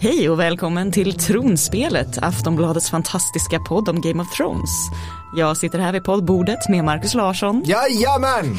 Hej och välkommen till Tronspelet, Aftonbladets fantastiska podd om Game of Thrones. Jag sitter här vid poddbordet med Marcus Larsson. Jajamän!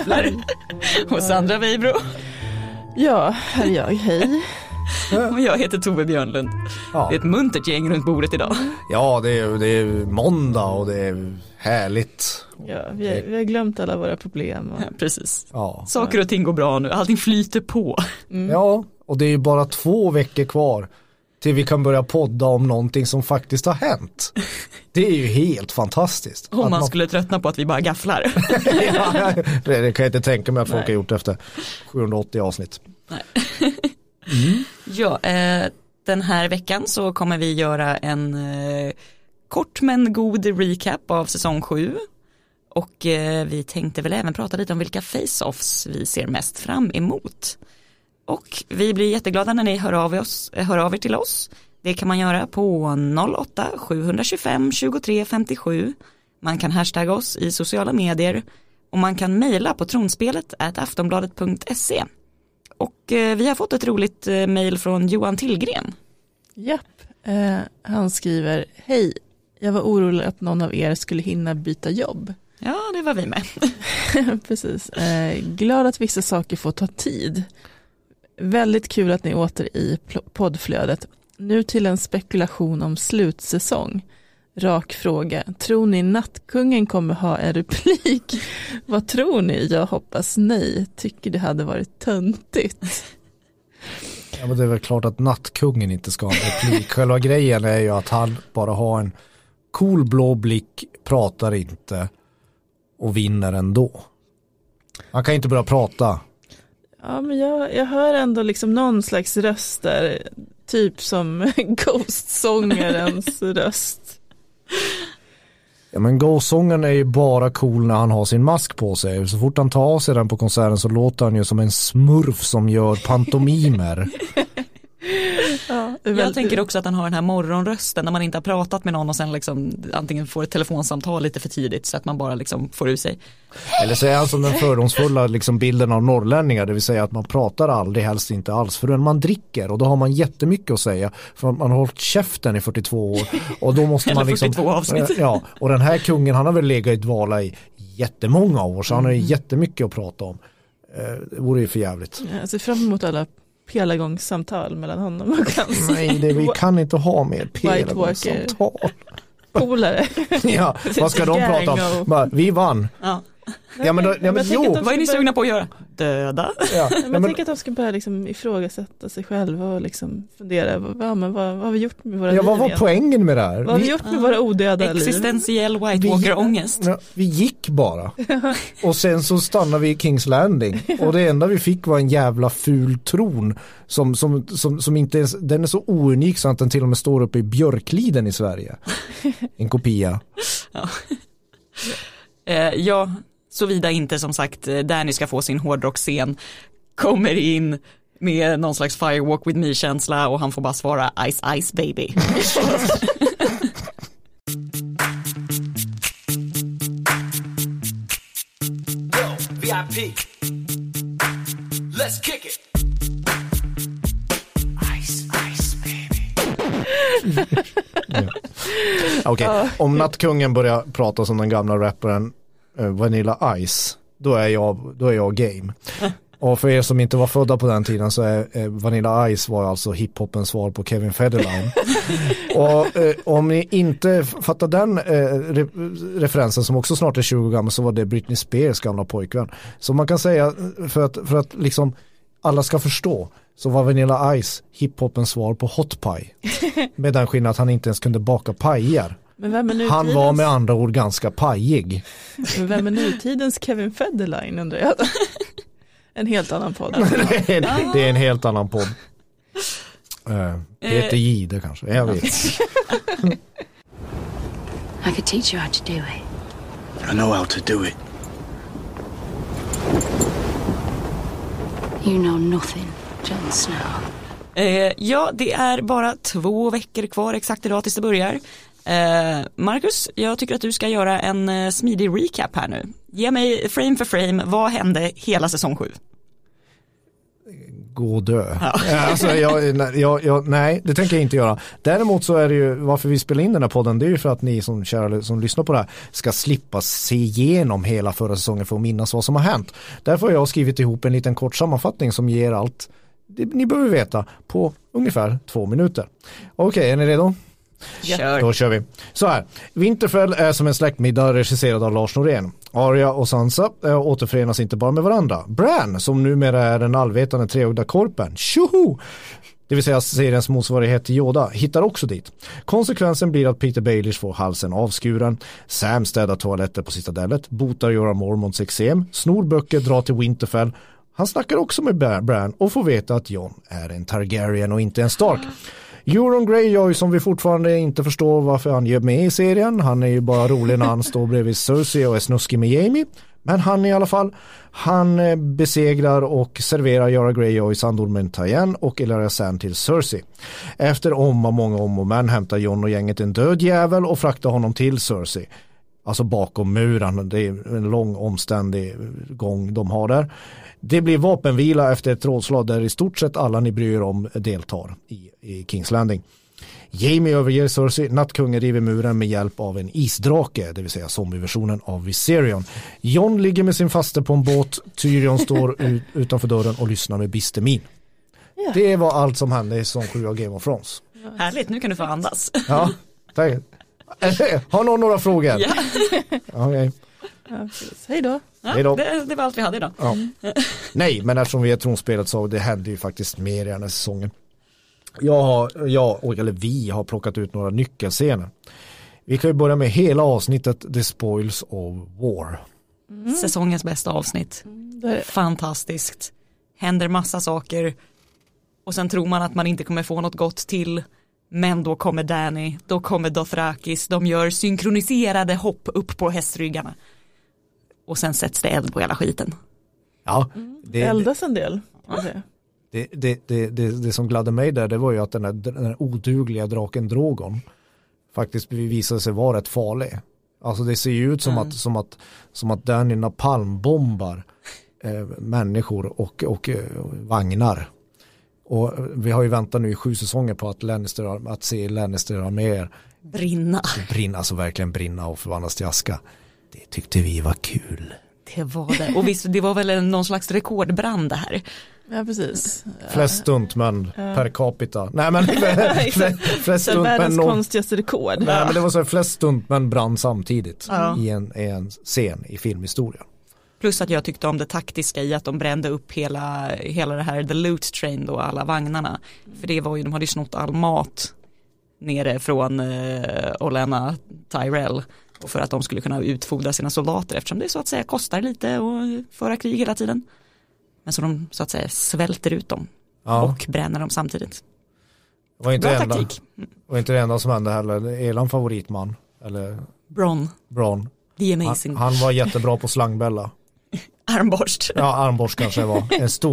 Och Sandra Weibro. Ja, här är jag, hej. Och jag heter Tove Björnlund. Ja. Det är ett muntert gäng runt bordet idag. Ja, det är måndag och det är härligt. Ja, vi har glömt alla våra problem. Ja, precis. Ja. Saker och ting går bra nu, allting flyter på. Ja, och det är ju bara 2 veckor kvar till vi kan börja podda om någonting som faktiskt har hänt. Det är ju helt fantastiskt. Om man skulle tröttna på att vi bara gafflar. Ja, det kan jag inte tänka mig att folk har gjort efter 780 avsnitt. Nej. Ja, den här veckan så kommer vi göra en kort men god recap av säsong 7. Och vi tänkte väl även prata lite om vilka face-offs vi ser mest fram emot. Och vi blir jätteglada när ni hör av er till oss. Det kan man göra på 08-725 23 57. Man kan hashtagga oss i sociala medier. Och man kan mejla på tronspelet@aftonbladet.se. Och vi har fått ett roligt mejl från Johan Tillgren. Japp, han skriver: Hej, jag var orolig att någon av er skulle hinna byta jobb. Ja, det var vi med. Precis, glad att vissa saker får ta tid. Väldigt kul att ni är åter i poddflödet. Nu till en spekulation om slutsäsong. Rak fråga. Tror ni Nattkungen kommer ha en replik? Vad tror ni? Jag hoppas nej. Tycker det hade varit töntigt. Ja, men det är väl klart att Nattkungen inte ska ha en replik. Själva grejen är ju att han bara har en cool blå blick, pratar inte och vinner ändå. Han kan inte börja prata. Ja, men jag hör ändå liksom någon slags röst där, typ som Ghost-sångarens röst. Ja, men Ghost-sångaren är ju bara cool när han har sin mask på sig. Så fort han tar av sig den på konserten så låter han ju som en smurf som gör pantomimer. Ja, jag tänker också att han har den här morgonrösten när man inte har pratat med någon och sen liksom antingen får ett telefonsamtal lite för tidigt så att man bara liksom får ur sig. Eller så är han som den fördomsfulla liksom bilden av norrlänningar, det vill säga att man pratar aldrig, helst inte alls, förrän man dricker, och då har man jättemycket att säga för man har hållit käften i 42 år och då måste man liksom 42 avsnitt. Ja, och den här kungen, han har väl legat i dvala i jättemånga år, så han har ju jättemycket att prata om. Det vore ju för jävligt. Jag ser fram emot alla pelagångssamtal mellan honom och hans. Nej, vi kan inte ha mer pelagångssamtal. Polare. Ja, vad ska de prata om? Bara, vi vann. Ja. Ja, men jo. Vad är ni sugna på att göra? Döda? Ja. Men jag tänker att de ska börja liksom ifrågasätta sig själva och liksom fundera, vad har vi gjort med våra liv? Ja, vad var poängen med det här? Vad har vi gjort med våra odöda liv? Existentiell White Walker-ångest. Vi gick bara. Och sen så stannade vi i Kings Landing. Och det enda vi fick var en jävla ful tron som inte ens, den är så ounik så att den till och med står uppe i Björkliden i Sverige. En kopia. Ja. Ja, såvida inte som sagt Danny ska få sin hårdrockscen, kommer in med någon slags Firewalk with me-känsla och han får bara svara Ice Ice baby. Yo, VIP. Let's kick it. Ice Ice baby. Okej, om Nattkungen börjar prata som den gamla rapparen Vanilla Ice, då är jag game. Och för er som inte var födda på den tiden så är Vanilla Ice var alltså hiphopens svar på Kevin Federline. Och om ni inte fattar den referensen, som också snart är 20 gammal, så var det Britney Spears gamla pojkvän. Så man kan säga, för att liksom alla ska förstå, så var Vanilla Ice hiphopens svar på Hot Pie. Med den skillnaden att han inte ens kunde baka pajer. Han var med andra ord ganska pajig. Men vem är nutidens Kevin Federline, undrar jag? En helt annan podd. Det är en helt annan podd. Peter Jihde kanske, jag vet. I could teach you how to do it. I know how to do it. You know nothing, Jon Snow. Ja, det är bara 2 veckor kvar exakt idag tills det börjar. Marcus, jag tycker att du ska göra en smidig recap här nu. Ge mig frame för frame, vad hände hela säsong 7? gå och dö. Alltså, nej, det tänker jag inte göra. Däremot så är det ju, varför vi spelar in den här podden, det är ju för att ni som lyssnar på det här ska slippa se igenom hela förra säsongen för att minnas vad som har hänt. Därför har jag skrivit ihop en liten kort sammanfattning som ger allt ni behöver veta på ungefär 2 minuter. Okej, är ni redo? Kör. Då kör vi. Så här, Winterfell är som en släktmiddag regisserad av Lars Norén. Arya och Sansa återförenas inte bara med varandra. Bran, som numera är den allvetande treögda korpen, tjoho! Det vill säga seriens motsvarighet till Yoda, hittar också dit. Konsekvensen blir att Peter Baelish får halsen avskuren, Sam städar toaletter på Citadellet, botar Jorah Mormonts eksem, snor böcker, drar till Winterfell. Han snackar också med Bran och får veta att Jon är en Targaryen och inte en Stark. Euron Greyjoy, som vi fortfarande inte förstår varför han gör med i serien. Han är ju bara rolig när han står bredvid Cersei och är snuskig med Jaime. Men han i alla fall, han besegrar och serverar Jorah Greyjoy sandormen Tyenn och Ellaria Sand till Cersei. Efter många om och men hämtar Jon och gänget en död jävel och fraktar honom till Cersei. Alltså bakom muren, det är en lång omständig gång de har där. Det blir vapenvila efter ett rådslag där i stort sett alla ni bryr om deltar i King's Landing. Jaime överger Cersei, nattkungen river muren med hjälp av en isdrake, det vill säga zombieversionen av Viserion. Jon ligger med sin faste på en båt, Tyrion står utanför dörren och lyssnar med bister min. Ja. Det var allt som hände i säsong 7 av Game of Thrones. Härligt, nu kan du få andas. Ja, tack. Har någon några frågor? Ja. Okay. Ja, hej då. Ja, det var allt vi hade idag. Ja. Nej, men eftersom vi är tronspelet så det hände ju faktiskt mer i den här säsongen. Vi har plockat ut några nyckelscener. Vi kan ju börja med hela avsnittet The Spoils of War. Säsongens bästa avsnitt. Fantastiskt. Händer massa saker och sen tror man att man inte kommer få något gott till. Men då kommer Dany, då kommer Dothrakis, de gör synkroniserade hopp upp på hästryggarna. Och sen sätts det eld på hela skiten. Ja, eldas en del. Det som gladde mig där, det var ju att den här odugliga draken Drogon faktiskt visade sig vara rätt farlig. Alltså det ser ju ut som att Dany napalmbombar människor och vagnar. Och vi har ju väntat nu i 7 säsonger på att se Lannister-arméer brinna, alltså verkligen brinna och förvandlas till aska. Det tyckte vi var kul. Det var det. Och visst, det var väl någon slags rekordbrand det här. Ja, precis. Flest stuntmän per capita. Nej, men flest stuntmän. Världens konstigaste rekord. Nej, men det var så flest stuntmän brann samtidigt i en scen i filmhistorien. Plus att jag tyckte om det taktiska i att de brände upp hela det här The Loot Train då, alla vagnarna. För det var ju, de hade ju snott all mat nere från Olenna Tyrell. Och för att de skulle kunna utfodra sina soldater eftersom det så att säga kostar lite att föra krig hela tiden. Men så de så att säga svälter ut dem och bränner dem samtidigt. Var inte det enda som hände heller. Elan favoritman eller Bronn. The Amazing. Han var jättebra på slangbälla. Armborst. Ja, armborst kanske var.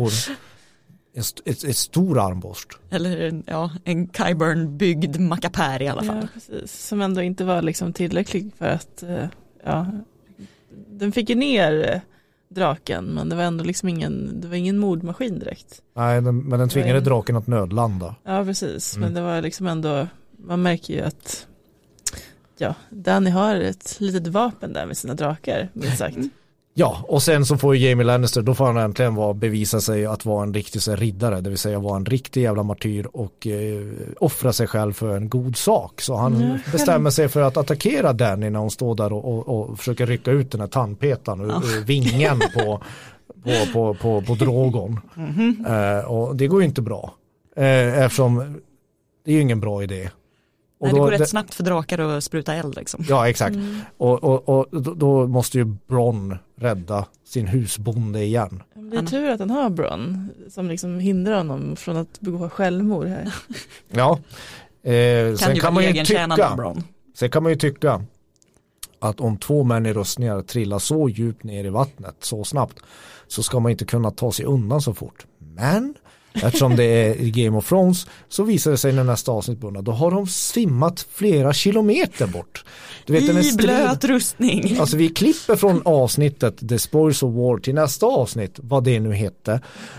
Ett stor armborst. Eller en Qyburn byggd mackapär i alla fall. Ja, precis. Som ändå inte var liksom tillräcklig för att den fick ju ner draken, men det var ändå liksom ingen mordmaskin direkt. Nej, men den tvingade draken att nödlanda. Ja, precis. Men det var liksom ändå, man märker ju att Dany har ett litet vapen där med sina drakar, minst sagt. Ja, och sen så får ju Jaime Lannister, då får han äntligen bevisa sig att vara en riktig riddare, det vill säga vara en riktig jävla martyr och offra sig själv för en god sak. Så han bestämmer sig för att attackera Dany när hon står där och försöker rycka ut den här tandpetan ur vingen på Drogon. Och det går ju inte bra, eftersom det är ju ingen bra idé. Och nej, det går rätt snabbt för drakar att spruta eld liksom. Ja, exakt. Och då måste ju Bronn rädda sin husbonde igen. Det är tur att han har Bronn som liksom hindrar honom från att begå självmord här. Ja. Sen kan man ju tycka att om 2 män i rustningar trillar så djupt ner i vattnet så snabbt så ska man inte kunna ta sig undan så fort. Men eftersom det är i Game of Thrones så visar det sig när nästa avsnitt börjar, då har de svimmat flera kilometer bort. Du vet, i blöt rustning. Alltså vi klipper från avsnittet The Spoils of War till nästa avsnitt, vad det nu hette.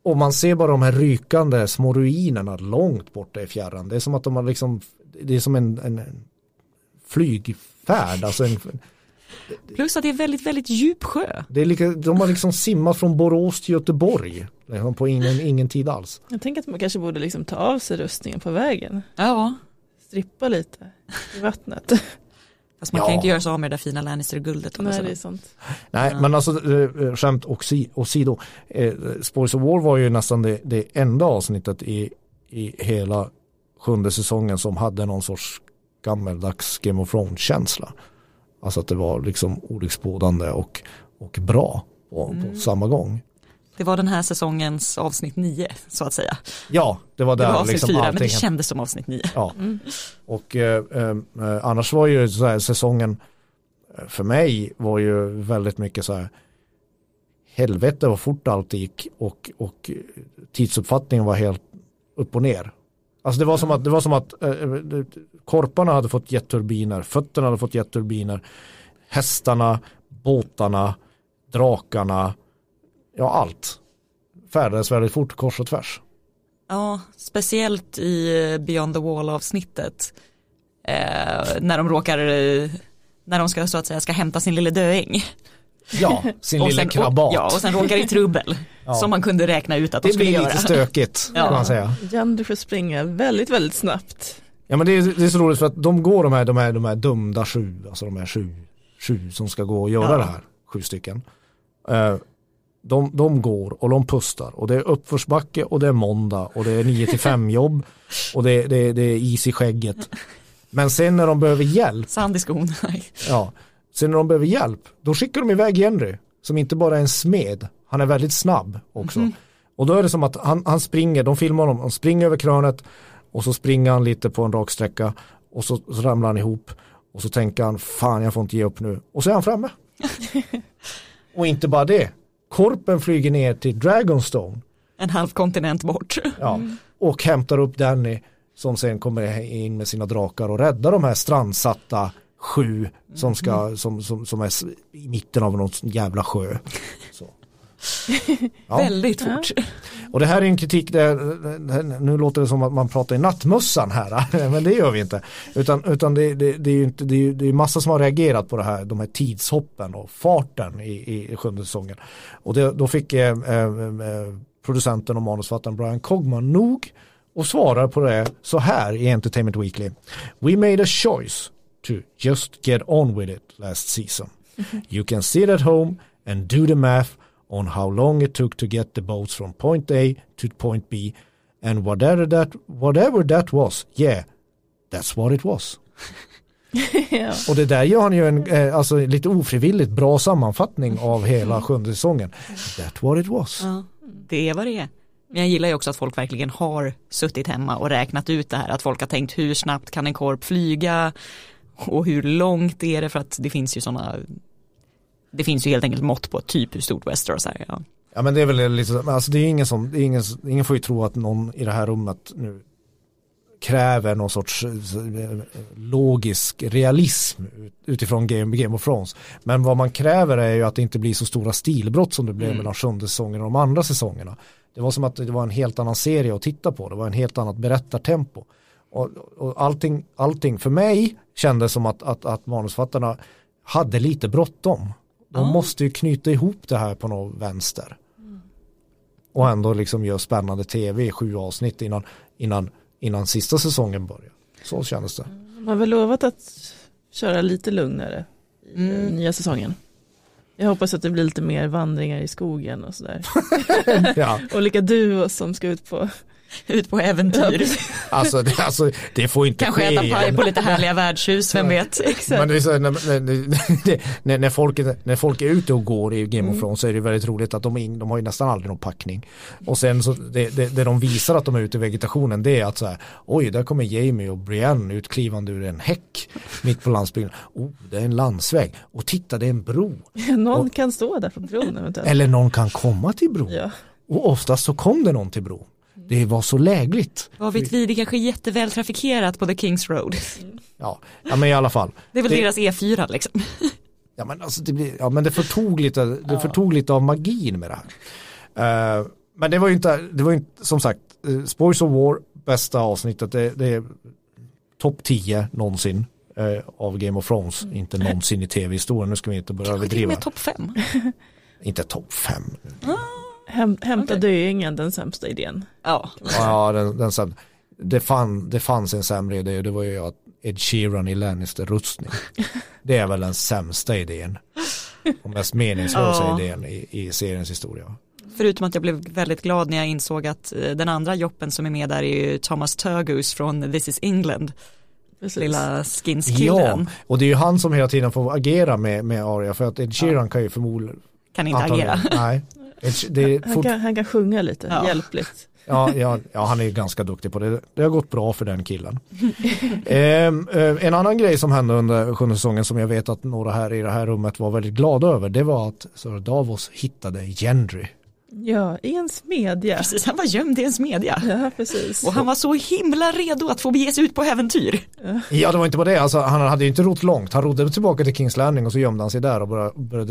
Och man ser bara de här rykande små ruinerna långt borta i fjärran. Det är som att de har liksom, det är som en flygfärd. Alltså Plus att det är väldigt, väldigt djup sjö. det är de har liksom simmat från Borås till Göteborg. Liksom på ingen tid alls. Jag tänker att man kanske borde liksom ta av sig rustningen på vägen. Ja. Strippa lite i vattnet. Fast man kan inte göra så av med det där fina Lannister-guldet. Nej, det är sånt. Nej, men alltså skämt och sido. Spoils of War var ju nästan det enda avsnittet i hela 7:e säsongen som hade någon sorts gammeldags Game of Thrones-känsla. Alltså att det var liksom olycksbådande och bra på samma gång. Det var den här säsongens avsnitt 9 så att säga. Ja, det var där det var avsnitt liksom 4, allting. men det kändes som avsnitt 9. Ja. Och annars var ju så här, säsongen för mig var ju väldigt mycket så här helvete vad fort allt gick och tidsuppfattningen var helt upp och ner. Alltså det var som att korparna hade fått jetturbiner, fötterna hade fått jetturbiner, hästarna, båtarna, drakarna, ja allt färdades väldigt fort kors och tvärs. Ja, speciellt i Beyond the Wall-avsnittet när de ska så att säga ska hämta sin lille döing. Ja, sin lilla krabat. Och sen råkar i trubbel som man kunde räkna ut att de skulle göra. Det blir lite stökigt kan man säga. Jan, du får springa väldigt, väldigt snabbt. Ja, men det är så roligt för att de går de här dömda 7, alltså de här 7 som ska gå och göra det här, 7 stycken. De går och de pustar och det är uppförsbacke och det är måndag och det är 9-5 jobb och det är is i skägget. Men sen när de behöver hjälp, sand i skon. ja, sen när de behöver hjälp, då skickar de iväg Henry som inte bara är en smed, han är väldigt snabb också. Och då är det som att han springer, de filmar honom, han springer över krönet och så springer han lite på en rak sträcka och så ramlar han ihop och så tänker han, fan jag får inte ge upp nu, och så är han framme. Och inte bara det, korpen flyger ner till Dragonstone, en halv kontinent bort. ja, och hämtar upp Danny som sen kommer in med sina drakar och räddar de här strandsatta 7 som som är i mitten av någon jävla sjö. Så. Ja. Väldigt fort. Och det här är en kritik där, nu låter det som att man pratar i nattmössan här, men det gör vi inte. Utan det är ju inte, det är massa som har reagerat på det här, de här tidshoppen och farten i 7:e säsongen. Och då fick producenten och manusfattaren Brian Cogman nog och svarar på det så här i Entertainment Weekly. We made a choice to just get on with it last season. You can sit at home and do the math on how long it took to get the boats from point A to point B, and whatever that was, yeah, that's what it was. Ja. Och det där gör han ju en alltså lite ofrivilligt bra sammanfattning av hela 7:e säsongen. That's what it was. Ja, det är vad det är. Men jag gillar ju också att folk verkligen har suttit hemma och räknat ut det här. Att folk har tänkt hur snabbt kan en korp flyga och hur långt är det, för att det finns ju sådana, det finns ju helt enkelt mått på typ hur stort Westeros är. Ja. Ja, men det är väl lite, alltså det är ingen får ju tro att någon i det här rummet nu kräver någon sorts logisk realism utifrån Game of Thrones. Men vad man kräver är ju att det inte blir så stora stilbrott som det blev mellan 7:e säsongen och de andra säsongerna. Det var som att det var en helt annan serie att titta på. Det var en helt annat berättartempo. Och allting för mig kändes som att manusfattarna hade lite bråttom. De måste ju knyta ihop det här på något vänster. Och ändå liksom gör spännande tv i 7 avsnitt innan sista säsongen börjar. Så kändes det. Man har väl lovat att köra lite lugnare i nya säsongen. Jag hoppas att det blir lite mer vandringar i skogen och sådär. Ja. Olika duos som ska ut på äventyr. Alltså det får inte kanske ske. Kanske äta paj på lite härliga värdshus, vem vet. Exakt. Men det är så, när folk är ute och går i Game of Thrones så är det väldigt roligt att de har ju nästan aldrig någon packning. Och sen så det de visar att de är ute i vegetationen, det är att så här, oj, där kommer Jaime och Brienne utklivande ur en häck mitt på landsbygden. Det är en landsväg. Och titta, det är en bro. Någon kan stå där på bron eventuellt. Eller någon kan komma till bron. Ja. Och oftast så kom det någon till bron. Det var så lägligt. Vad vet vi, det kanske är jätteväl trafikerat på The Kings Road. Ja, men i alla fall. Det är väl deras E4 liksom. Ja, men alltså det förtog lite av magin med det här. Men det var ju inte som sagt, Spoils of War, bästa avsnittet, det är topp 10 någonsin av Game of Thrones, inte någonsin i tv-historien. Nu ska vi inte börja överdriva. Det är topp 5. Inte topp 5. Hämta döingen, den sämsta idén. Ja. Ja, den sämsta. Det fanns en sämre idé, och det var ju att Ed Sheeran i Lannister-rustning. Det är väl den sämsta idén. Och mest meningslösa idén i seriens historia. Förutom att jag blev väldigt glad när jag insåg att den andra joppen som är med där är ju Thomas Turgoose från This is England. Precis. Lilla skinskillen. Ja, och det är ju han som hela tiden får agera med Arya, för att Ed Sheeran kan ju förmodligen... Kan inte agera. Nej. Han kan sjunga lite, hjälpligt. Ja, han är ju ganska duktig på det. Det har gått bra för den killen. En annan grej som hände under 7:e säsongen som jag vet att några här i det här rummet var väldigt glada över, det var att Sir Davos hittade Gendry. Ja, i en smedja. Precis, han var gömd i en smedja. Ja, precis. Och han var så himla redo att få bege sig ut på äventyr. Ja, det var inte på det. Alltså, han hade ju inte rott långt. Han rodde tillbaka till King's Landing och så gömde han sig där och började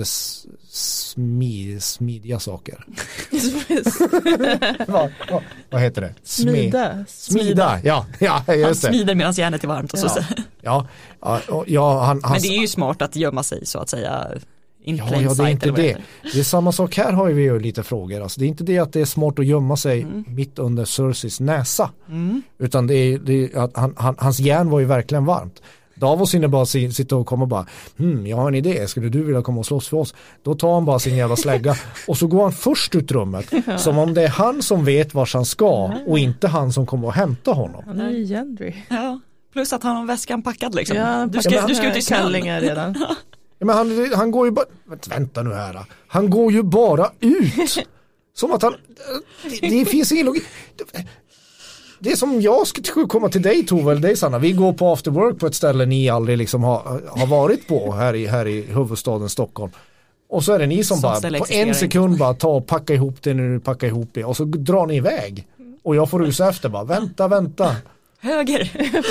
smidiga saker. Vad heter det? Smida. Ja, just det. Han smider medan järnet är varmt. Och så. Ja, Men det är ju smart att gömma sig så att säga. Det är inte det. Det är samma sak här, har vi ju lite frågor. Alltså, det är inte det att det är smart att gömma sig mitt under Cerseis näsa. Utan det är att hans järn var ju verkligen varmt. Davos hinner bara sitta och komma och bara jag har en idé, skulle du vilja komma och slåss för oss? Då tar han bara sin jävla slägga och så går han först ut rummet. Som om det är han som vet vart han ska och inte han som kommer att hämta honom. Han är ju Gendry. Ja, plus att han har väskan packad liksom. Ja, du ska ut i kallingar redan. Ja, men han går ju bara... Vänta nu här. Han går ju bara ut. Som att han... Det finns ingen logik. Det är som jag ska komma till dig, Tove, eller dig, Sanna. Vi går på after work på ett ställe ni aldrig liksom har varit på här i huvudstaden Stockholm. Och så är det ni som bara på en sekund bara tar och packar ihop det när du packar ihop det. Och så drar ni iväg. Och jag får rusa efter bara. Vänta. Höger.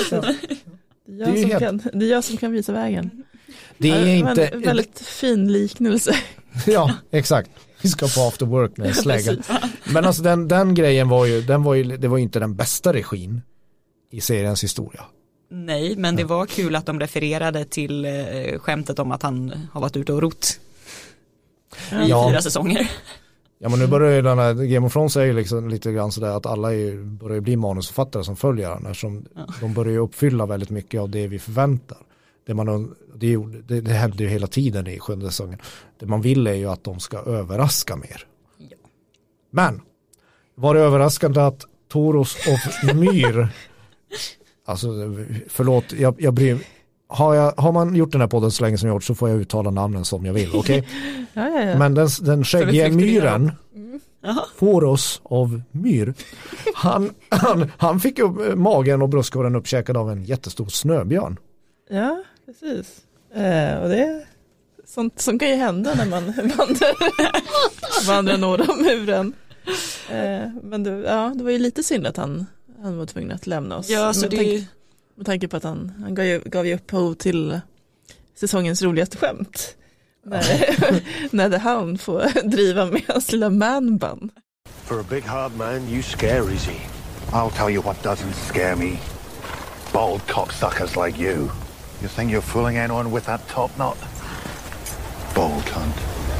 Det är jag som kan visa vägen. Det är inte... En väldigt fin liknelse. Ja, exakt. Vi ska på after work med släggan. Men alltså den grejen var ju inte den bästa regin i seriens historia. Nej, men det var kul att de refererade till skämtet om att han har varit ute och rott i 4 säsonger. Ja, men nu börjar ju den här Game of Thrones är ju liksom lite grann sådär att alla börjar bli manusförfattare som följer den, eftersom de börjar ju uppfylla väldigt mycket av det vi förväntar. Det händer ju hela tiden i 7:e säsongen. Det man vill är ju att de ska överraska mer. Ja. Men var det överraskande att Thoros och Myr alltså förlåt, jag bryr har man gjort den här podden så länge som jag gjort så får jag uttala namnen som jag vill, okej? Okay? Ja. Men den skäggiga myren Thoros av Myr han fick upp magen och bröstkorgen uppkäkad av en jättestor snöbjörn. Ja, precis. Och det är sånt som kan ju hända när man vandrar norr om muren. Men det var ju lite synd att han var tvungen att lämna oss. Ja, så med tanke på att han gav ju upphov till säsongens roligaste skämt. När The Hound får driva med hans lilla manbun. For a big hard man, you scare easy. I'll tell you what doesn't scare me. Bald cocksuckers like you. You think you're fooling anyone with that top knot? Bald cunt.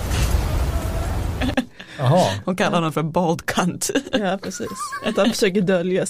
Jaha. Hon kallar honom för bald cunt. Ja, precis. Att han försöker dölja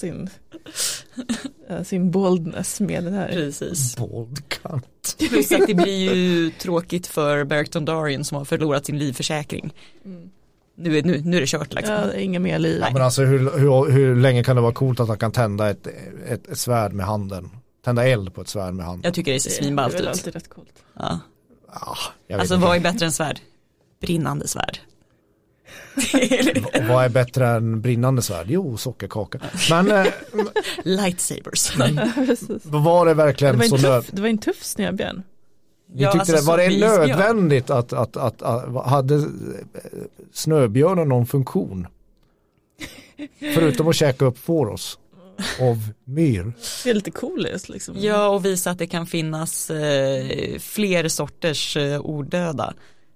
sin boldness med den här. Precis. Bald cunt. Plus att det blir ju tråkigt för Beric Dondarrion som har förlorat sin livförsäkring. Nu är det kört liksom. Ja, inga mer liv. Men alltså hur länge kan det vara coolt att han kan tända ett svärd med handen? Tända eld på ett svärd med handen. Jag tycker det ser svinballt ut. Det är alltid rätt coolt. Ja. Alltså vad är bättre än svärd? Brinnande svärd. Och vad är bättre än brinnande svärd? Jo, sockerkaka. Men lightsabers. Var det verkligen det var en tuff snöbjörn. Var det nödvändigt att hade snöbjörnen någon funktion? Förutom att käka upp för oss av myr. Det är lite coolt liksom. Ja, och visa att det kan finnas fler sorters odöda.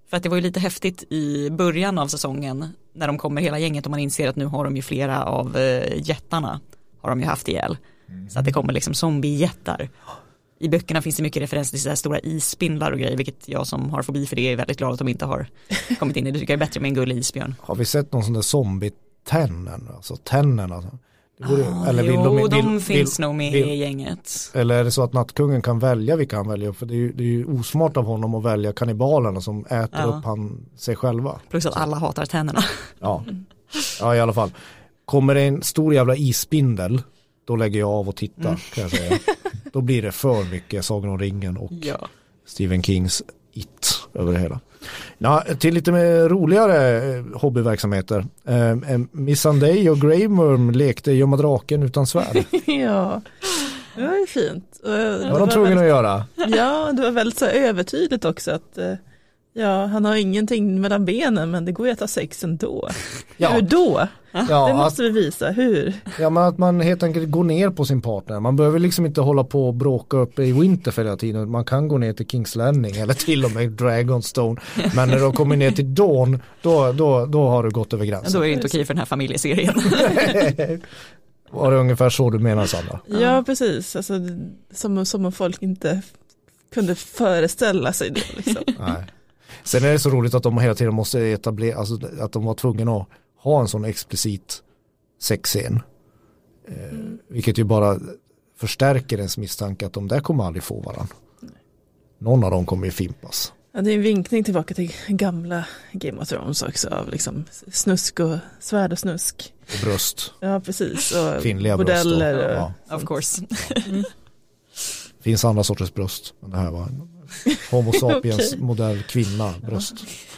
För att det var ju lite häftigt i början av säsongen när de kommer hela gänget och man inser att nu har de ju flera av jättarna har de ju haft ihjäl. Så att det kommer liksom zombiejättar. I böckerna finns det mycket referenser till så här stora isspindlar och grejer, vilket jag som har fobi för det är väldigt glad att de inte har kommit in i. Det tycker jag är bättre med en gullig isbjörn. Har vi sett någon sån där zombie-tännen? Alltså tännen alltså. De finns nog med i gänget. Eller är det så att nattkungen kan välja vilka han väljer? För det är ju osmart av honom att välja kannibalerna som äter upp sig själva. Plus att alla hatar tänderna. Ja, i alla fall. Kommer det en stor jävla isspindel, då lägger jag av och tittar kan jag säga. Då blir det för mycket Sagan om ringen och Stephen Kings It över det hela. Till lite mer roligare hobbyverksamheter. Miss Sunday och Grey Worm lekte gömma draken utan svärd. Ja, det var ju fint. Det var de tvungna att göra. Ja, det var väldigt så övertydligt också att han har ingenting mellan benen men det går ju att ha sex ändå. Hur då? Ja, det måste vi visa. Hur? Ja, men att man helt enkelt går ner på sin partner. Man behöver liksom inte hålla på och bråka upp i Winterfell hela tiden. Man kan gå ner till King's Landing eller till och med Dragonstone. Men när du kommer ner till Dawn, då har du gått över gränsen. Då är det inte okej för den här familjeserien. Var det ungefär så du menar, Sandra? Ja, precis. Alltså, som om folk inte kunde föreställa sig det. Liksom. Nej. Sen är det så roligt att de hela tiden måste etablera, alltså att de var tvungna att ha en sån explicit sexscen. Vilket ju bara förstärker ens misstanke att de där kommer aldrig få varandra. Någon av dem kommer ju fimpas. Ja, det är en vinkning tillbaka till gamla Game of Thrones också av liksom snusk och svärd och snusk. Och bröst. Ja, precis. Och kvinnliga bordeller. Bröst. Ja, of course. Finns andra sorters bröst. Men det här var en Homo sapiens modell kvinna bröst.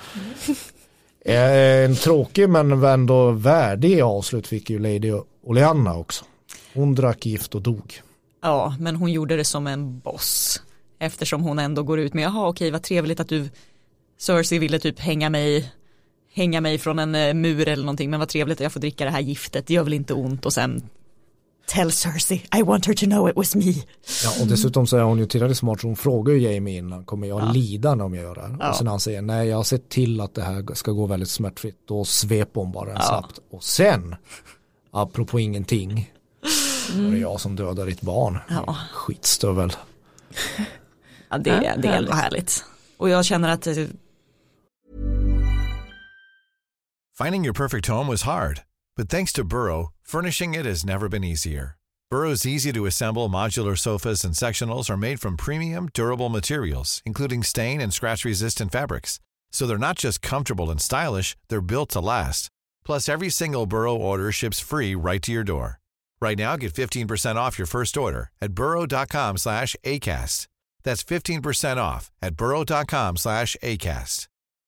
En tråkig men ändå värdig avslut fick ju Lady Olenna också. Hon drack gift och dog. Ja, men hon gjorde det som en boss. Eftersom hon ändå går ut med, jaha okej, vad trevligt att du Cersei ville typ hänga mig från en mur eller någonting, men vad trevligt att jag får dricka det här giftet, det gör väl inte ont, och sen tell Cersei, I want her to know it was me. Ja, och dessutom så är hon ju tillräckligt smart så hon frågar ju Jaime innan, kommer jag lida när jag gör det här? Ja. Och sen han säger, nej jag har sett till att det här ska gå väldigt smärtfritt, då sveper hon bara snabbt. Och sen, apropå ingenting, då är det jag som dödar ditt barn. Ja. Skitstövel. Ja, det är ändå härligt. Och jag känner att Finding your perfect home was hard, but thanks to Burrow, furnishing it has never been easier. Burrow's easy-to-assemble modular sofas and sectionals are made from premium, durable materials, including stain and scratch-resistant fabrics. So they're not just comfortable and stylish, they're built to last. Plus, every single Burrow order ships free right to your door. Right now, get 15% off your first order at burrow.com/ACAST. That's 15% off at burrow.com/ACAST.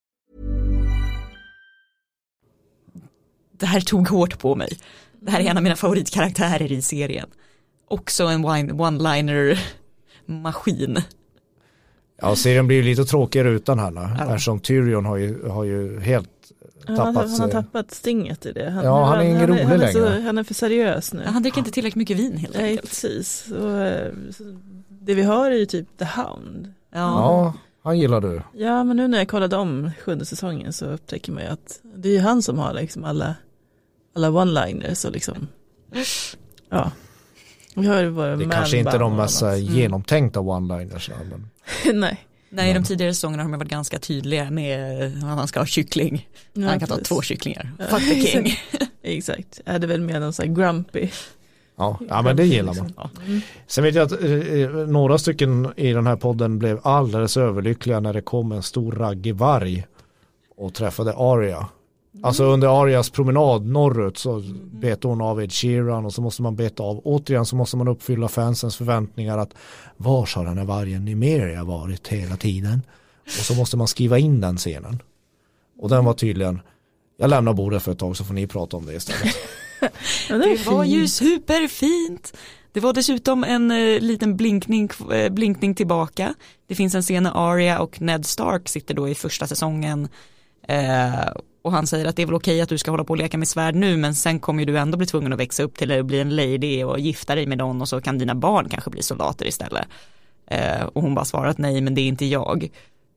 Det här tog hårt på mig. Det här är en av mina favoritkaraktärer i serien. Också en one-liner-maskin. Ja, serien blir ju lite tråkigare utan henne. Eftersom Tyrion har ju helt tappat... Han har tappat stinget i det. Han är ingen rolig längre. Han är för seriös nu. Han dricker inte tillräckligt mycket vin helt enkelt. Precis. Och, det vi hör är ju typ The Hound. Ja, han gillar du. Ja, men nu när jag kollade om 7:e säsongen så upptäcker man ju att det är ju han som har liksom alla one-liners och liksom, ja. Vi har ju bara det kanske inte de mest genomtänkta one-liners. Men... Nej, i de tidigare säsongerna har man varit ganska tydliga med att han ska ha kyckling. Ja, han kan ta 2 kycklingar. Fuck the king. Exakt. Är det väl mer någon sån här grumpy. Ja, men det gillar man. Ja. Sen vet jag att några stycken i den här podden blev alldeles överlyckliga när det kom en stor raggig varg och träffade Arya. Alltså under Arias promenad norrut så bet hon av Ed Sheeran och så måste man beta av. Återigen så måste man uppfylla fansens förväntningar att var har den här vargen Nymeria varit hela tiden? Och så måste man skriva in den scenen. Och den var tydligen, jag lämnar bordet för ett tag så får ni prata om det istället. Det var ju superfint. Det var dessutom en liten blinkning tillbaka. Det finns en scen när Arya och Ned Stark sitter då i första säsongen och han säger att det är väl okej att du ska hålla på och leka med svärd nu, men sen kommer ju du ändå bli tvungen att växa upp till att bli en lady och gifta dig med någon och så kan dina barn kanske bli soldater istället. Och hon bara svarar att nej, men det är inte jag.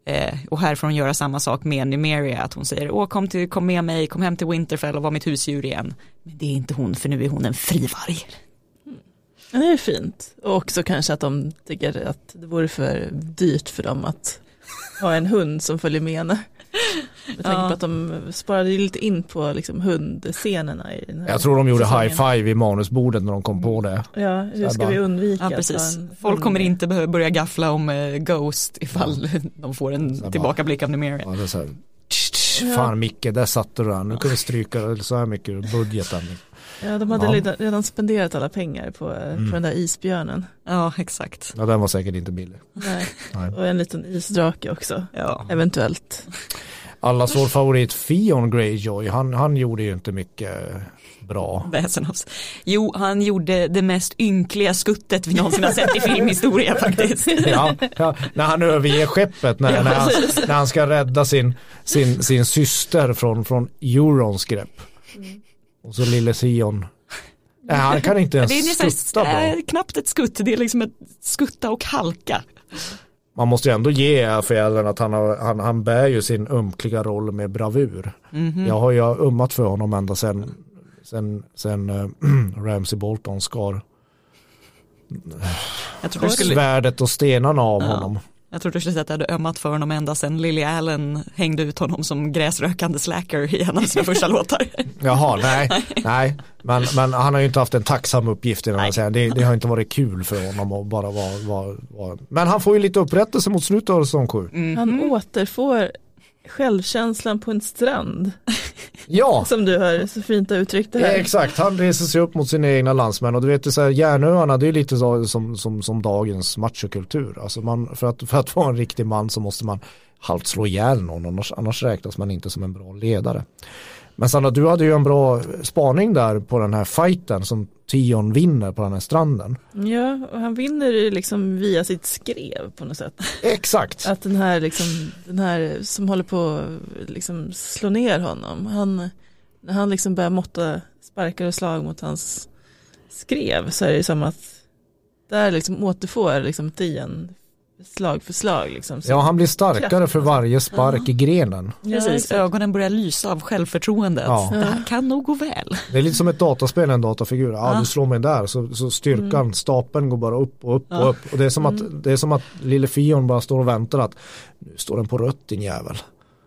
Och här får hon göra samma sak med Nymeria, att hon säger kom med mig, kom hem till Winterfell och var mitt husdjur igen. Men det är inte hon, för nu är hon en frivarg. Det är fint. Och också kanske att de tycker att det vore för dyrt för dem att ha en hund som följer med henne. Med tanke på att de sparade lite in på liksom hundscenerna i den här. Jag tror de gjorde säsongen. high five i manusbordet när de kom på det. Ja, hur ska vi undvika att precis. ha en Folk kommer hund? inte behöva börja gaffla om Ghost ifall de får en tillbakablick av Nymeria. Ja, det är så här, fan Micke, där satt du där. Nu kan vi stryka så här mycket ur budgeten. Ja, de hade redan spenderat alla pengar på den där isbjörnen. Ja, exakt. Ja, den var säkert inte billig. Nej. Nej. Och en liten isdrake också. Ja. Eventuellt. Allas vår favorit Theon Greyjoy, han gjorde ju inte mycket bra. Väsenovs. Jo, han gjorde det mest ynkliga skuttet vi någonsin har sett i filmhistoria faktiskt. Ja, när han överger skeppet, när han ska rädda sin syster från Eurons grepp. Och så lille Theon. Nej, han kan inte ens skutta bra. Knappt ett skutt, det är liksom ett skutta och halka. Man måste ju ändå ge föräldern att han bär ju sin ömkliga roll med bravur. Mm-hmm. Jag har ju ummat för honom ända sen Ramsay Bolton skar svärdet och stenarna av honom. Jag tror du skulle säga att jag hade ömmat för honom ända sedan Lily Allen hängde ut honom som gräsrökande slacker i en av sina första låtar. Jaha, nej. Men han har ju inte haft en tacksam uppgift. Det har inte varit kul för honom att bara vara. Men han får ju lite upprättelse mot slutet av säsong 7. Mm-hmm. Han återfår självkänslan på en strand. Ja. Som du har så fint uttryckt det här. Exakt, han reser sig upp mot sina egna landsmän och du vet så här, Järnöarna, det är lite som dagens machokultur. Alltså för att vara en riktig man så måste man halvt slå ihjäl någon, annars räknas man inte som en bra ledare. Men Sandra, du hade ju en bra spaning där på den här fighten som Theon vinner på den här stranden. Ja, och han vinner liksom via sitt skrev på något sätt. Exakt. Att den här som håller på liksom slå ner honom, när han liksom börjar måtta sparkar och slag mot hans skrev, så är det som att där liksom återfår liksom Theon slag för slag liksom. Ja, han blir starkare för varje spark i grenen. Precis, ögonen börjar lysa av självförtroendet. Ja. Det här kan nog gå väl. Det är lite som ett dataspel, en datafigur. Ja, du slår mig där så styrkan, stapeln går bara upp och upp och upp. Och det är som att lille Theon bara står och väntar att nu står den på rött, din jävel.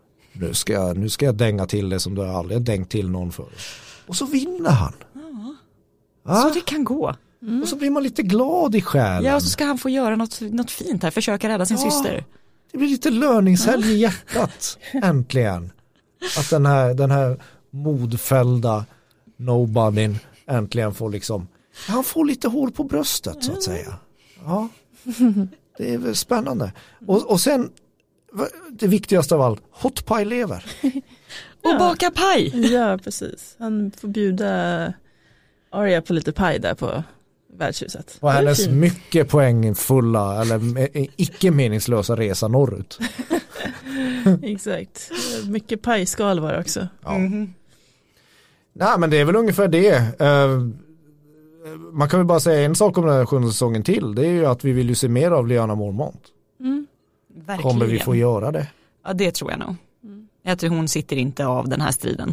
Nu ska jag dänga till det som du aldrig dängt till någon för. Och så vinner han. Ja. Så det kan gå. Och så blir man lite glad i själen. Ja, och så ska han få göra något fint här, försöka rädda sin syster. Det blir lite löningshelg i hjärtat. Äntligen. Att den här modfällda nobodyn äntligen får liksom, han får lite hår på bröstet så att säga. Ja. Det är väl spännande. Och sen det viktigaste av allt, hot pie lever. Och baka paj. Ja, precis. Han får bjuda Arya på lite paj där på värdshuset. Och hennes mycket poängfulla eller icke meningslösa resa norrut. Exakt. Mycket pajskal var det också. Ja. Nej, men det är väl ungefär det. Man kan väl bara säga en sak om den här 7:e säsongen till. Det är ju att vi vill ju se mer av Lyanna Mormont. Verkligen. Kommer vi få göra det? Ja, det tror jag nog. Jag tror hon sitter inte av den här striden.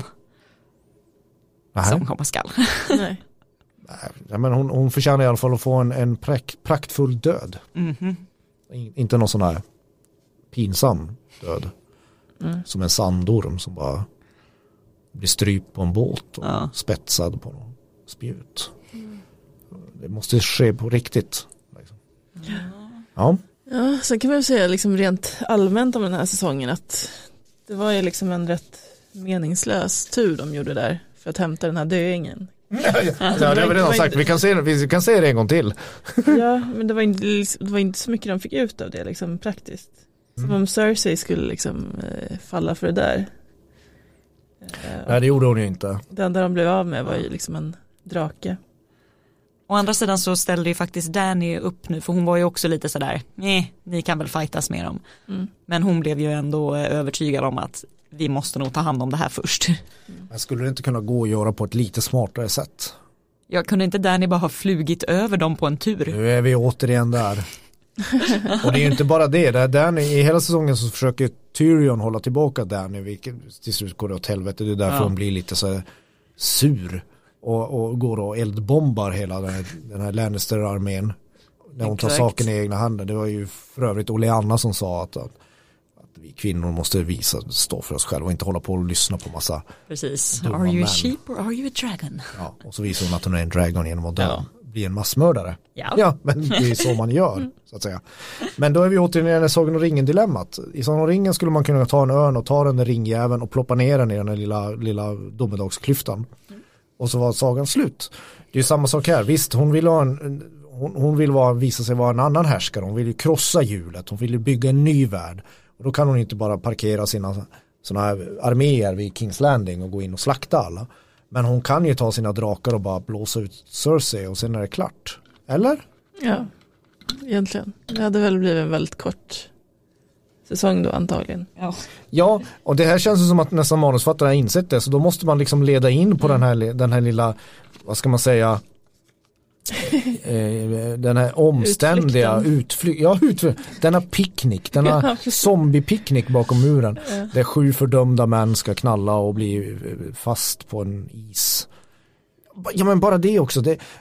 Som komma skall. Nej. Nej, men hon förtjänar i alla fall att få en praktfull död. Inte någon sån här pinsam död. Som en sandorm som bara blir strypt på en båt och spetsad på någon spjut. Det måste ske på riktigt. Liksom. Ja. Ja, sen kan man ju säga liksom rent allmänt om den här säsongen att det var ju liksom en rätt meningslös tur de gjorde där för att hämta den här döingen. Ja, det har vi redan sagt. Vi kan se det en gång till. Ja, men det var inte så mycket de fick ut av det liksom praktiskt. Som om Cersei skulle liksom falla för det där. Nej, det gjorde hon ju inte. Det enda de blev av med var ju liksom en drake. Å andra sidan så ställde ju faktiskt Dany upp nu, för hon var ju också lite sådär, ni kan väl fightas med dem. Men hon blev ju ändå övertygad om att vi måste nog ta hand om det här först. Men skulle det inte kunna gå att göra på ett lite smartare sätt? Jag kunde inte Dany bara ha flugit över dem på en tur? Nu är vi återigen där. Och det är ju inte bara det. Danny, i hela säsongen så försöker Tyrion hålla tillbaka Danny, vilket till slut går det åt helvete. Det är därför hon blir lite så sur och går och eldbombar hela den här Lannister-armén när hon tar saken i egna händer. Det var ju för övrigt Oleanna som sa att vi kvinnor måste stå för oss själva och inte hålla på och lyssna på massa. Precis. Are you a sheep or are you a dragon? Ja, och så visar hon att hon är en dragon genom att bli en massmördare. Ja, men det är så man gör, så att säga. Men då är vi återigen i Sagan om ringen-dilemmat. I Sagan om ringen skulle man kunna ta en örn och ta den där ringjäveln och ploppa ner den i den lilla domedagsklyftan. Och så var sagan slut. Det är ju samma sak här. Visst, hon vill visa sig vara en annan härskare. Hon vill ju krossa hjulet. Hon vill ju bygga en ny värld. Och då kan hon inte bara parkera sina såna här arméer vid King's Landing och gå in och slakta alla. Men hon kan ju ta sina drakar och bara blåsa ut Cersei och sen är det klart. Eller? Ja, egentligen. Det hade väl blivit en väldigt kort säsong då antagligen. Ja, och det här känns som att nästan manusfattarna har insett det. Så då måste man liksom leda in på den här lilla, vad ska man säga, den här omständiga denna picknick, denna zombie-picknick bakom muren där 7 fördömda män ska knalla och bli fast på en is. Ja, men bara det också,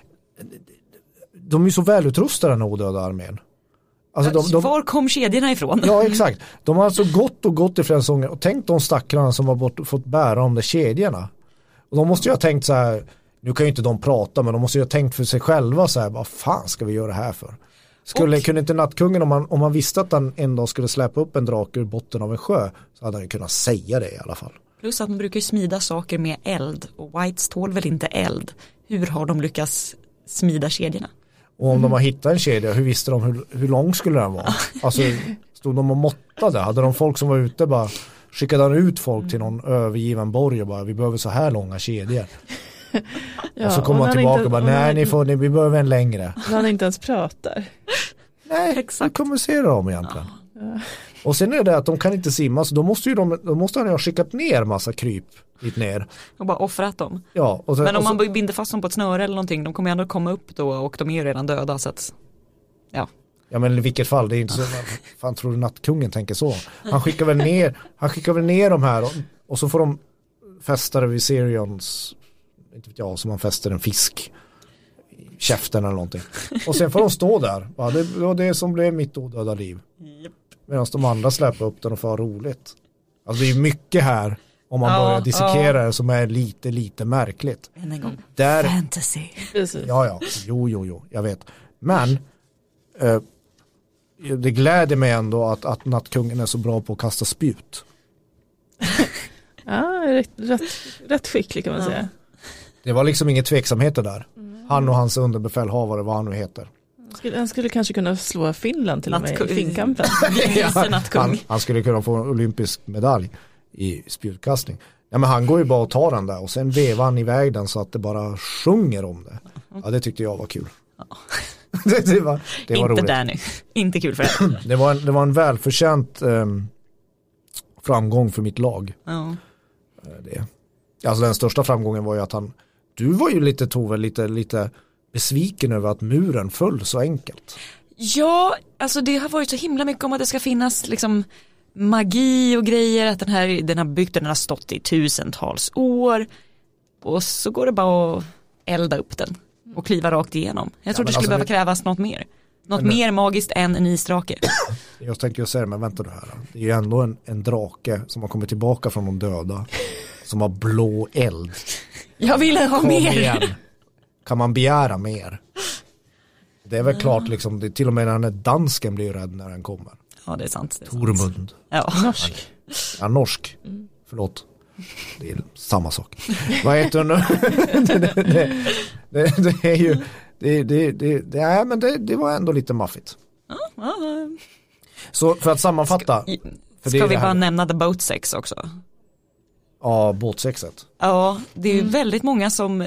de är ju så välutrustade, den odöda armén. Alltså var kom kedjorna ifrån? Ja, exakt. De har alltså gått i flera säsonger och tänkt de stackarna som har fått bära de där kedjorna. Och de måste ju ha tänkt så här, nu kan ju inte de prata, men de måste ju ha tänkt för sig själva så här, vad fan ska vi göra det här för? Kunde inte Nattkungen, om man visste att han en dag skulle släppa upp en drake ur botten av en sjö, så hade han ju kunnat säga det i alla fall. Plus att man brukar smida saker med eld, och Whites tål väl inte eld. Hur har de lyckats smida kedjorna? Och om de har hittat en kedja, hur visste de hur lång skulle den vara? Alltså, stod de och måttade? Hade de folk som var ute bara, skickade han ut folk till någon övergiven borg och bara, vi behöver så här långa kedjor. Och så kommer man tillbaka och bara, nej, vi behöver en längre. När han inte ens pratar. Nej, exakt. Hur kommunicerar de egentligen? Ja. Och sen är det att de kan inte simma, så då måste han ju ha skickat ner massa kryp dit ner. Och bara offrat dem. Ja, men om man binder fast dem på ett snöre eller någonting, de kommer ju ändå komma upp då, och de är ju redan döda, så att, ja. Ja, men i vilket fall, det är inte så, fan tror du Nattkungen tänker så? Han skickar väl ner de här och så får de fästa det vid Viserions, inte vet jag, som man fäster en fisk i käften eller någonting. Och sen får de stå där. Ja, det var det som blev mitt odöda liv. Yep. Medan de andra släpper upp den och får roligt. Alltså det är mycket här, om man börjar dissekera det, som är lite märkligt. En gång. Fantasy. Ja. Jo, jag vet. Men det gläder mig ändå att Nattkungen är så bra på att kasta spjut. Ja, rätt skicklig kan man säga. Det var liksom inga tveksamheter där. Han och hans underbefälhavare, vad han nu heter. Han skulle kanske kunna slå Finland till och med i finkampen. Han skulle kunna få en olympisk medalj i spjutkastning. Ja, men han går ju bara och tar den där och sen vevar han iväg den så att det bara sjunger om det. Ja, det tyckte jag var kul. det var inte roligt. där nu. Inte kul för det. Det var en välförtjänt framgång för mitt lag. Ja. Alltså den största framgången var ju att du var ju lite, Tove, lite besviken över att muren föll så enkelt. Ja, alltså det har varit så himla mycket om att det ska finnas liksom magi och grejer, att den här bygden har stått i tusentals år, och så går det bara att elda upp den och kliva rakt igenom. Jag tror det skulle behöva krävas något mer. Mer magiskt än en isdrake. Jag tänker ju säga, men vänta du här. Det är ju ändå en drake som har kommit tillbaka från de döda, som har blå eld. Jag ville ha mer. Igen. Kan man begära mer? Det är väl klart liksom, det, till och med när dansken blir rädd när den kommer. Ja, det är sant. Tormund. Ja. Norsk. Ja, norsk. Förlåt. Det är samma sak. Vad heter hon nu? Det är ju men det var ändå lite maffigt. Så för att sammanfatta. Ska vi bara nämna The Boat Sex också? Ja, båtsexet. Ja, det är ju väldigt många som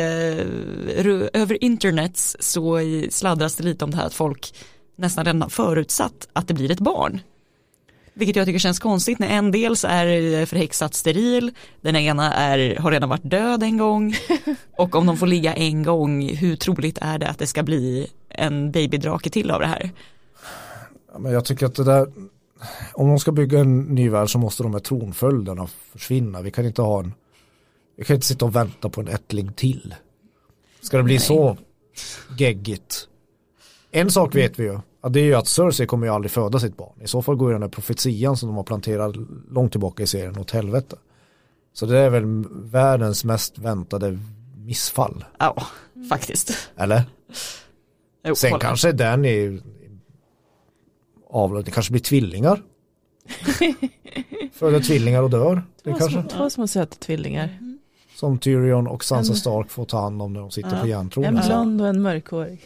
över internet så sladdras det lite om det här att folk nästan redan förutsatt att det blir ett barn. Vilket jag tycker känns konstigt när en dels är förhäxat steril, den ena har redan varit död en gång, och om de får ligga en gång, hur troligt är det att det ska bli en babydrake till av det här? Ja, men jag tycker att det där, om de ska bygga en ny värld så måste de här tronföljderna försvinna. Vi kan inte sitta och vänta på en ättling till. Ska det bli så geggigt? En sak vet vi ju, att det är ju att Cersei kommer ju aldrig föda sitt barn. I så fall går ju den här profetian som de har planterat långt tillbaka i serien åt helvete. Så det är väl världens mest väntade missfall. Ja, faktiskt. Eller? Jo, sen hålla. kanske den är det kanske blir tvillingar. Föder tvillingar och dör. Det kanske. Två små söta tvillingar. Som Tyrion och Sansa Stark får ta hand om när de sitter på järntronen. En blond och en mörkhårig.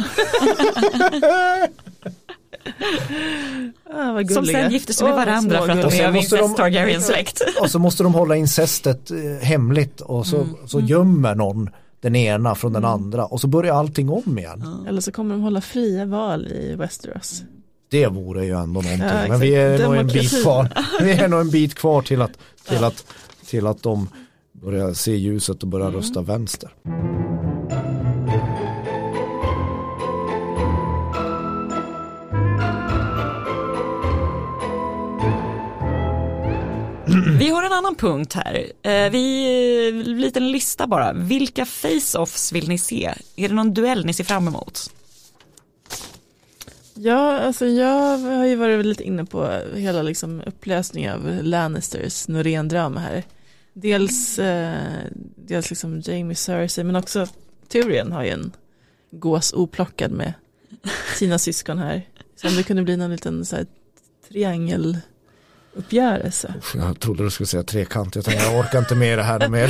Som sen gifter sig med varandra för att de är av incest Targaryen-släkt. Och så måste de hålla incestet hemligt och så gömmer någon den ena från den andra och så börjar allting om igen. Eller så kommer de hålla fria val i Westeros. Det vore ju ändå någonting. Ja, men vi är nog en bit kvar. Vi är nog en bit kvar till att de börjar se ljuset och börjar rösta vänster. Vi har en annan punkt här. Liten lista bara. Vilka face-offs vill ni se? Är det någon duell ni ser fram emot? Ja, alltså jag har ju varit lite inne på hela liksom upplösningen av Lannisters Norén-drama här. Dels liksom Jaime Cersei, men också Tyrion har ju en gås oplockad med sina syskon här. Så om det kunde bli någon liten så här triangeluppgörelse. Jag trodde du skulle säga trekant. Jag tänkte jag orkar inte med det här mer.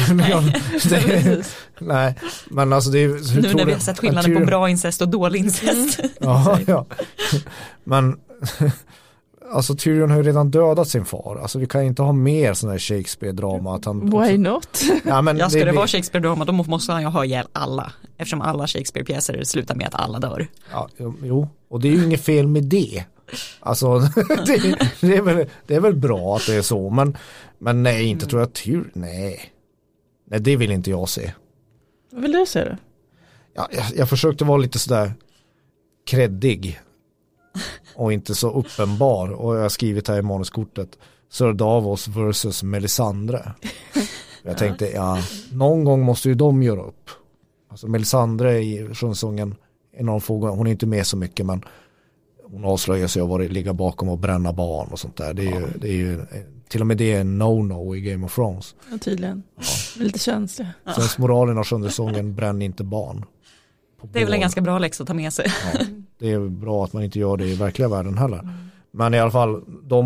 Nej, men alltså det är... Nu när vi har sett skillnaden på bra incest och dålig incest. Ja. Men alltså Tyrion har ju redan dödat sin far. Alltså vi kan inte ha mer sån här Shakespeare-drama. Att han Why not? Ja, men ska det vara Shakespeare-drama då måste han ju ha ihjäl alla. Eftersom alla Shakespeare-pjäser slutar med att alla dör. Ja, jo, och det är ju inget fel med det. Alltså det är väl bra att det är så. Men nej, inte tror jag Tyrion. Nej, det vill inte jag se. Vad vill du se då? Ja, jag försökte vara lite sådär kreddig och inte så uppenbar, och jag har skrivit här i manuskortet Sir Davos versus Melisandre. Jag tänkte, någon gång måste ju de göra upp. Alltså Melisandre i Sjundsången är någon få gånger, hon är inte med så mycket, men hon avslöjar sig och ligga bakom och bränna barn och sånt där. Det är ju till och med det är en no-no i Game of Thrones. Ja, tydligen. Lite känsliga. Sen moralen av Sjunde sången, bränn inte barn. Det är väl en ganska bra läxa att ta med sig. Ja, det är bra att man inte gör det i verkliga världen heller. Men i alla fall,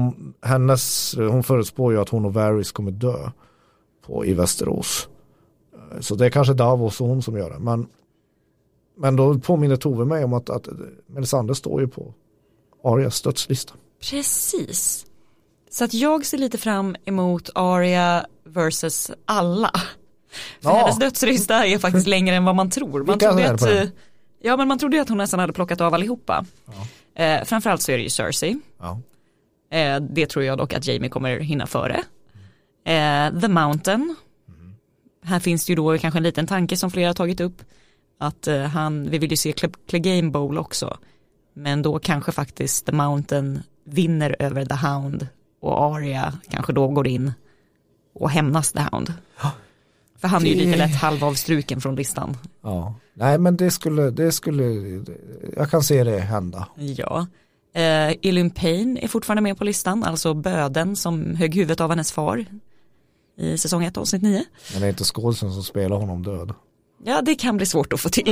hon förutspår ju att hon och Varys kommer dö i Västerås. Så det är kanske Davos och hon som gör det. Men då påminner Tove mig om att Melisandre står ju på Arias dödslista. Precis. Så att jag ser lite fram emot Arya versus alla. För hennes dödslista är faktiskt längre än vad man tror. Man trodde ju att hon nästan hade plockat av allihopa. Ja. Framförallt så är det ju Cersei. Ja. Det tror jag dock att Jaime kommer hinna före. The Mountain. Här finns det ju då kanske en liten tanke som flera har tagit upp. Att vi vill ju se Clegane Bowl också. Men då kanske faktiskt The Mountain vinner över The Hound. Och Arya kanske då går in och hämnas The Hound. För han är ju lite lätt halvavstruken från listan. Ja, nej men det skulle jag kan se det hända. Ja. Ilyn Payne är fortfarande med på listan. Alltså böden som högg huvudet av hennes far i säsong 1 avsnitt 9. Men det är inte skådespelaren som spelar honom död. Ja, det kan bli svårt att få till.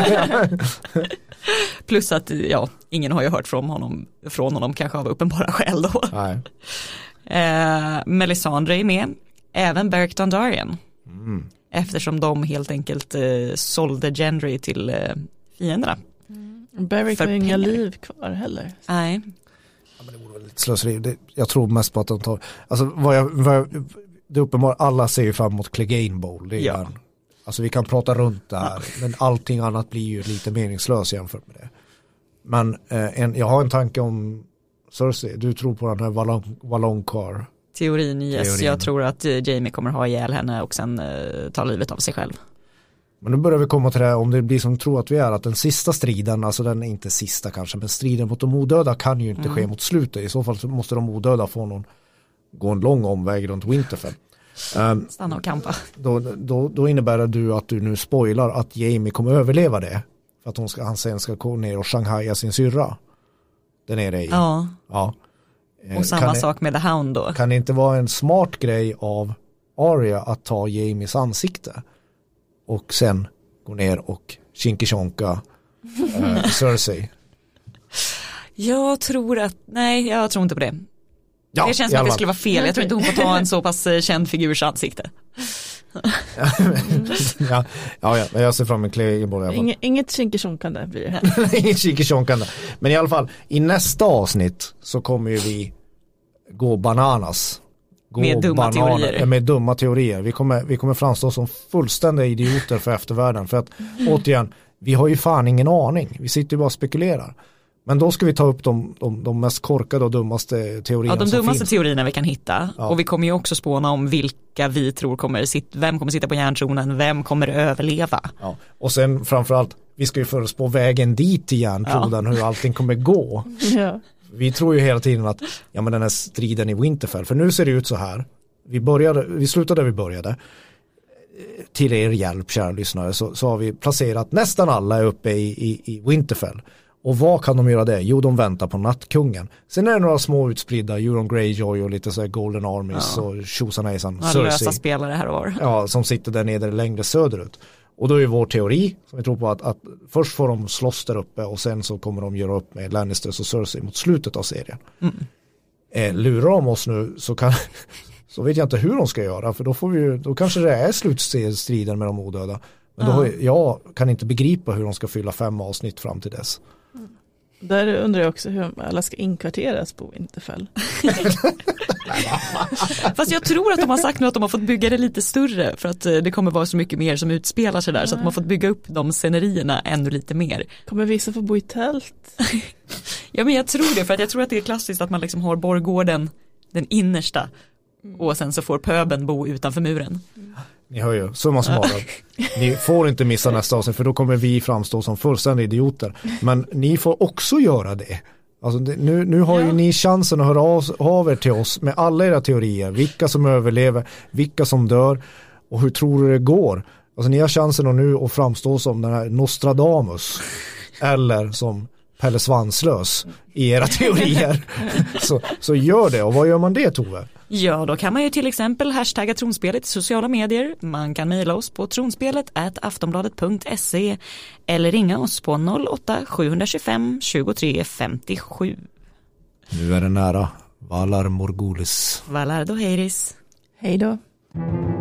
Plus att ingen har ju hört från honom kanske av uppenbara skäl då. Nej. Melisandre är med. Även Beric Dondarrion. Eftersom de helt enkelt sålde Gendry till fienderna. Beric har inga liv kvar heller. Nej. Ja, men det vore väl lite slöseri. Jag tror mest på att de tar... Alltså, det är uppenbart, alla ser ju fram emot Clegane Bowl. Det är alltså vi kan prata runt det här. Men allting annat blir ju lite meningslöst jämfört med det. Men jag har en tanke om Cersei. Du tror på den här Valonqar. Teorin. Jag tror att Jaime kommer ha ihjäl henne och sen ta livet av sig själv. Men nu börjar vi komma till det här, om det blir som tror att vi är, att den sista striden, alltså den är inte sista kanske, men striden mot de odöda kan ju inte ske mot slutet. I så fall så måste de odöda få gå en lång omväg runt Winterfell. Stanna och kampa. Då innebär det att du nu spoilar att Jaime kommer överleva det. För att han sen ska gå ner och Shanghai sin syrra. Den är det i. Ja. Och samma Kan sak med The Hound då. Kan det inte vara en smart grej av Arya att ta Jaimes ansikte och sen gå ner och chinkishonka Cersei? Jag tror inte på det. Ja, det känns som att det skulle vara fel. Jag tror inte hon får ta en så pass känd figurs ansikte. ja, jag ser fram emot inget chinkishonkande blir det. Inget chinkishonkande. Men i alla fall, i nästa avsnitt så kommer ju vi gå bananas. Med dumma teorier. Vi kommer framstå som fullständiga idioter för eftervärlden. För att återigen, vi har ju fan ingen aning. Vi sitter ju bara och spekulerar. Men då ska vi ta upp de mest korkade och dummaste teorierna. Ja, de dummaste finns. Teorierna vi kan hitta. Ja. Och vi kommer ju också spåna om vilka vi tror vem kommer sitta på järntronen, vem kommer överleva. Ja. Och sen framförallt, vi ska ju förutspå vägen dit till järntronen, hur allting kommer gå. Ja. Vi tror ju hela tiden att men den här striden i Winterfell, för nu ser det ut så här. Vi slutade där vi började. Till er hjälp, kära lyssnare, så har vi placerat nästan alla uppe i Winterfell. Och vad kan de göra det? Jo, de väntar på nattkungen. Sen är det några små utspridda, Euron Greyjoy och lite så här Golden Armies och tjosanejsan, Cersei. Lösa spelare här och var. Ja, som sitter där nere längre söderut. Och då är vår teori, som vi tror på, att först får de slåss där uppe och sen så kommer de göra upp med Lannisters och Cersei mot slutet av serien. Lurar de oss nu så vet jag inte hur de ska göra, för då kanske det är slutstriden med de odöda. Men jag kan inte begripa hur de ska fylla 5 avsnitt fram till dess. Där undrar jag också hur alla ska inkvarteras på Winterfell. Fast jag tror att de har sagt nu att de har fått bygga det lite större, för att det kommer vara så mycket mer som utspelar sig där, så att de har fått bygga upp de scenerierna ännu lite mer. Kommer vissa få bo i tält? Ja, men jag tror det, för att jag tror att det är klassiskt att man liksom har borggården, den innersta, och sen så får pöben bo utanför muren. Ni hör ju, summa summarum. Ni får inte missa nästa avsnitt, för då kommer vi framstå som fullständiga idioter. Men ni får också göra det. Alltså nu har ju ni chansen att höra av er till oss med alla era teorier. Vilka som överlever, vilka som dör och hur tror du det går. Alltså ni har chansen nu att framstå som den här Nostradamus eller som Pelle Svanslös i era teorier. Så gör det. Och vad gör man det, Tove? Ja, då kan man ju till exempel hashtagga tronspelet i sociala medier. Man kan mejla oss på tronspelet@aftonbladet.se eller ringa oss på 08-725 23 57. Nu är det nära. Valar Morghulis. Valar Doheiris. Hej då.